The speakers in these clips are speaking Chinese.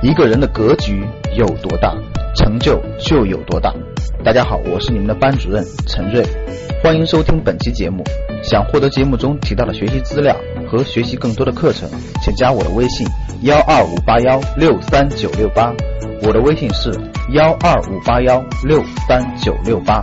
一个人的格局有多大，成就就有多大。大家好，我是你们的班主任陈瑞，欢迎收听本期节目。想获得节目中提到的学习资料和学习更多的课程，请加我的微信12581639668，我的微信是12581639668。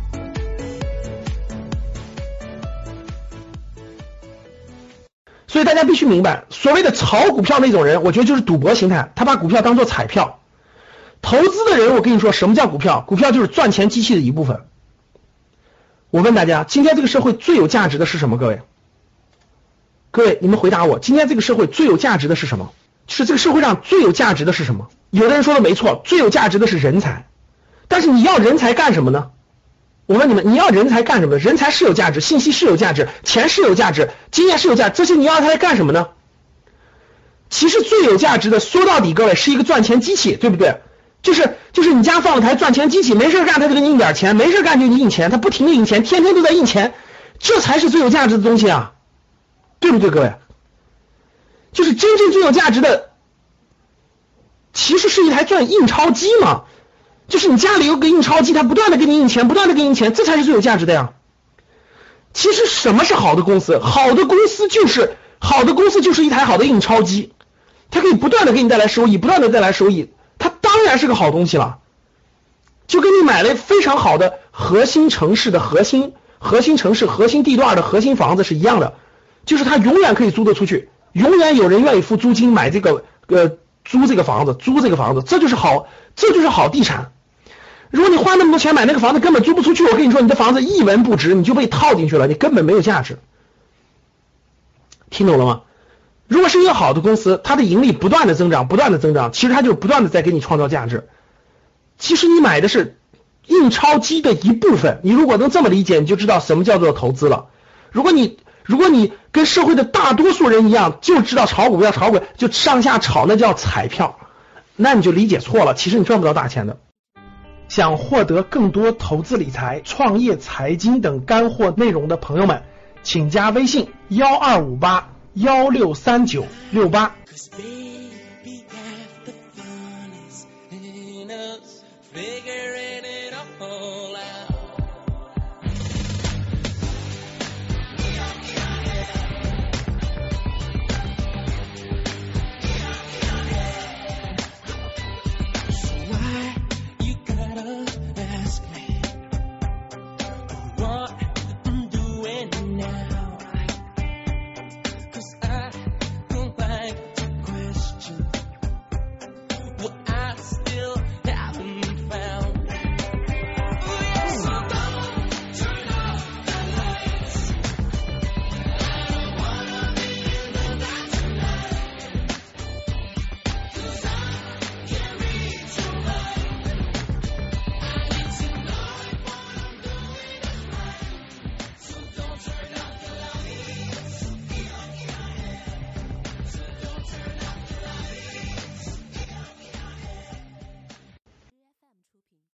所以大家必须明白，所谓的炒股票那种人，我觉得就是赌博心态，他把股票当作彩票。投资的人，我跟你说，什么叫股票？股票就是赚钱机器的一部分。我问大家，今天这个社会最有价值的是什么？各位，你们回答我，今天这个社会最有价值的是什么？就是这个社会上最有价值的是什么？有的人说的没错，最有价值的是人才。但是你要人才干什么呢？我问你们，你要人才干什么？人才是有价值，信息是有价值，钱是有价值，经验是有价值，这些你要它来干什么呢？其实最有价值的，说到底，各位是一个赚钱机器，对不对？就是你家放了台赚钱机器，没事干它就给你印点钱，没事干就给你印钱，它不停的印钱，天天都在印钱，这才是最有价值的东西啊，对不对，各位？就是真正最有价值的，其实是一台印钞机嘛。就是你家里有个印钞机，它不断的给你印钱，不断的给你印钱，这才是最有价值的呀。其实什么是好的公司？好的公司就是一台好的印钞机，它可以不断的给你带来收益，不断的带来收益，它当然是个好东西了。就跟你买了非常好的核心城市的核心城市核心地段的核心房子是一样的，就是它永远可以租得出去，永远有人愿意付租金买这个租这个房子，这就是好地产。如果你花那么多钱买那个房子根本租不出去，我跟你说，你的房子一文不值，你就被套进去了，你根本没有价值。听懂了吗？如果是一个好的公司，它的盈利不断的增长，其实它就是不断的在给你创造价值。其实你买的是印钞机的一部分，你如果能这么理解，你就知道什么叫做投资了。如果你跟社会的大多数人一样，就知道炒股票就上下炒，那叫彩票，那你就理解错了，其实你赚不到大钱的。想获得更多投资理财、创业、财经等干货内容的朋友们，请加微信12581639668。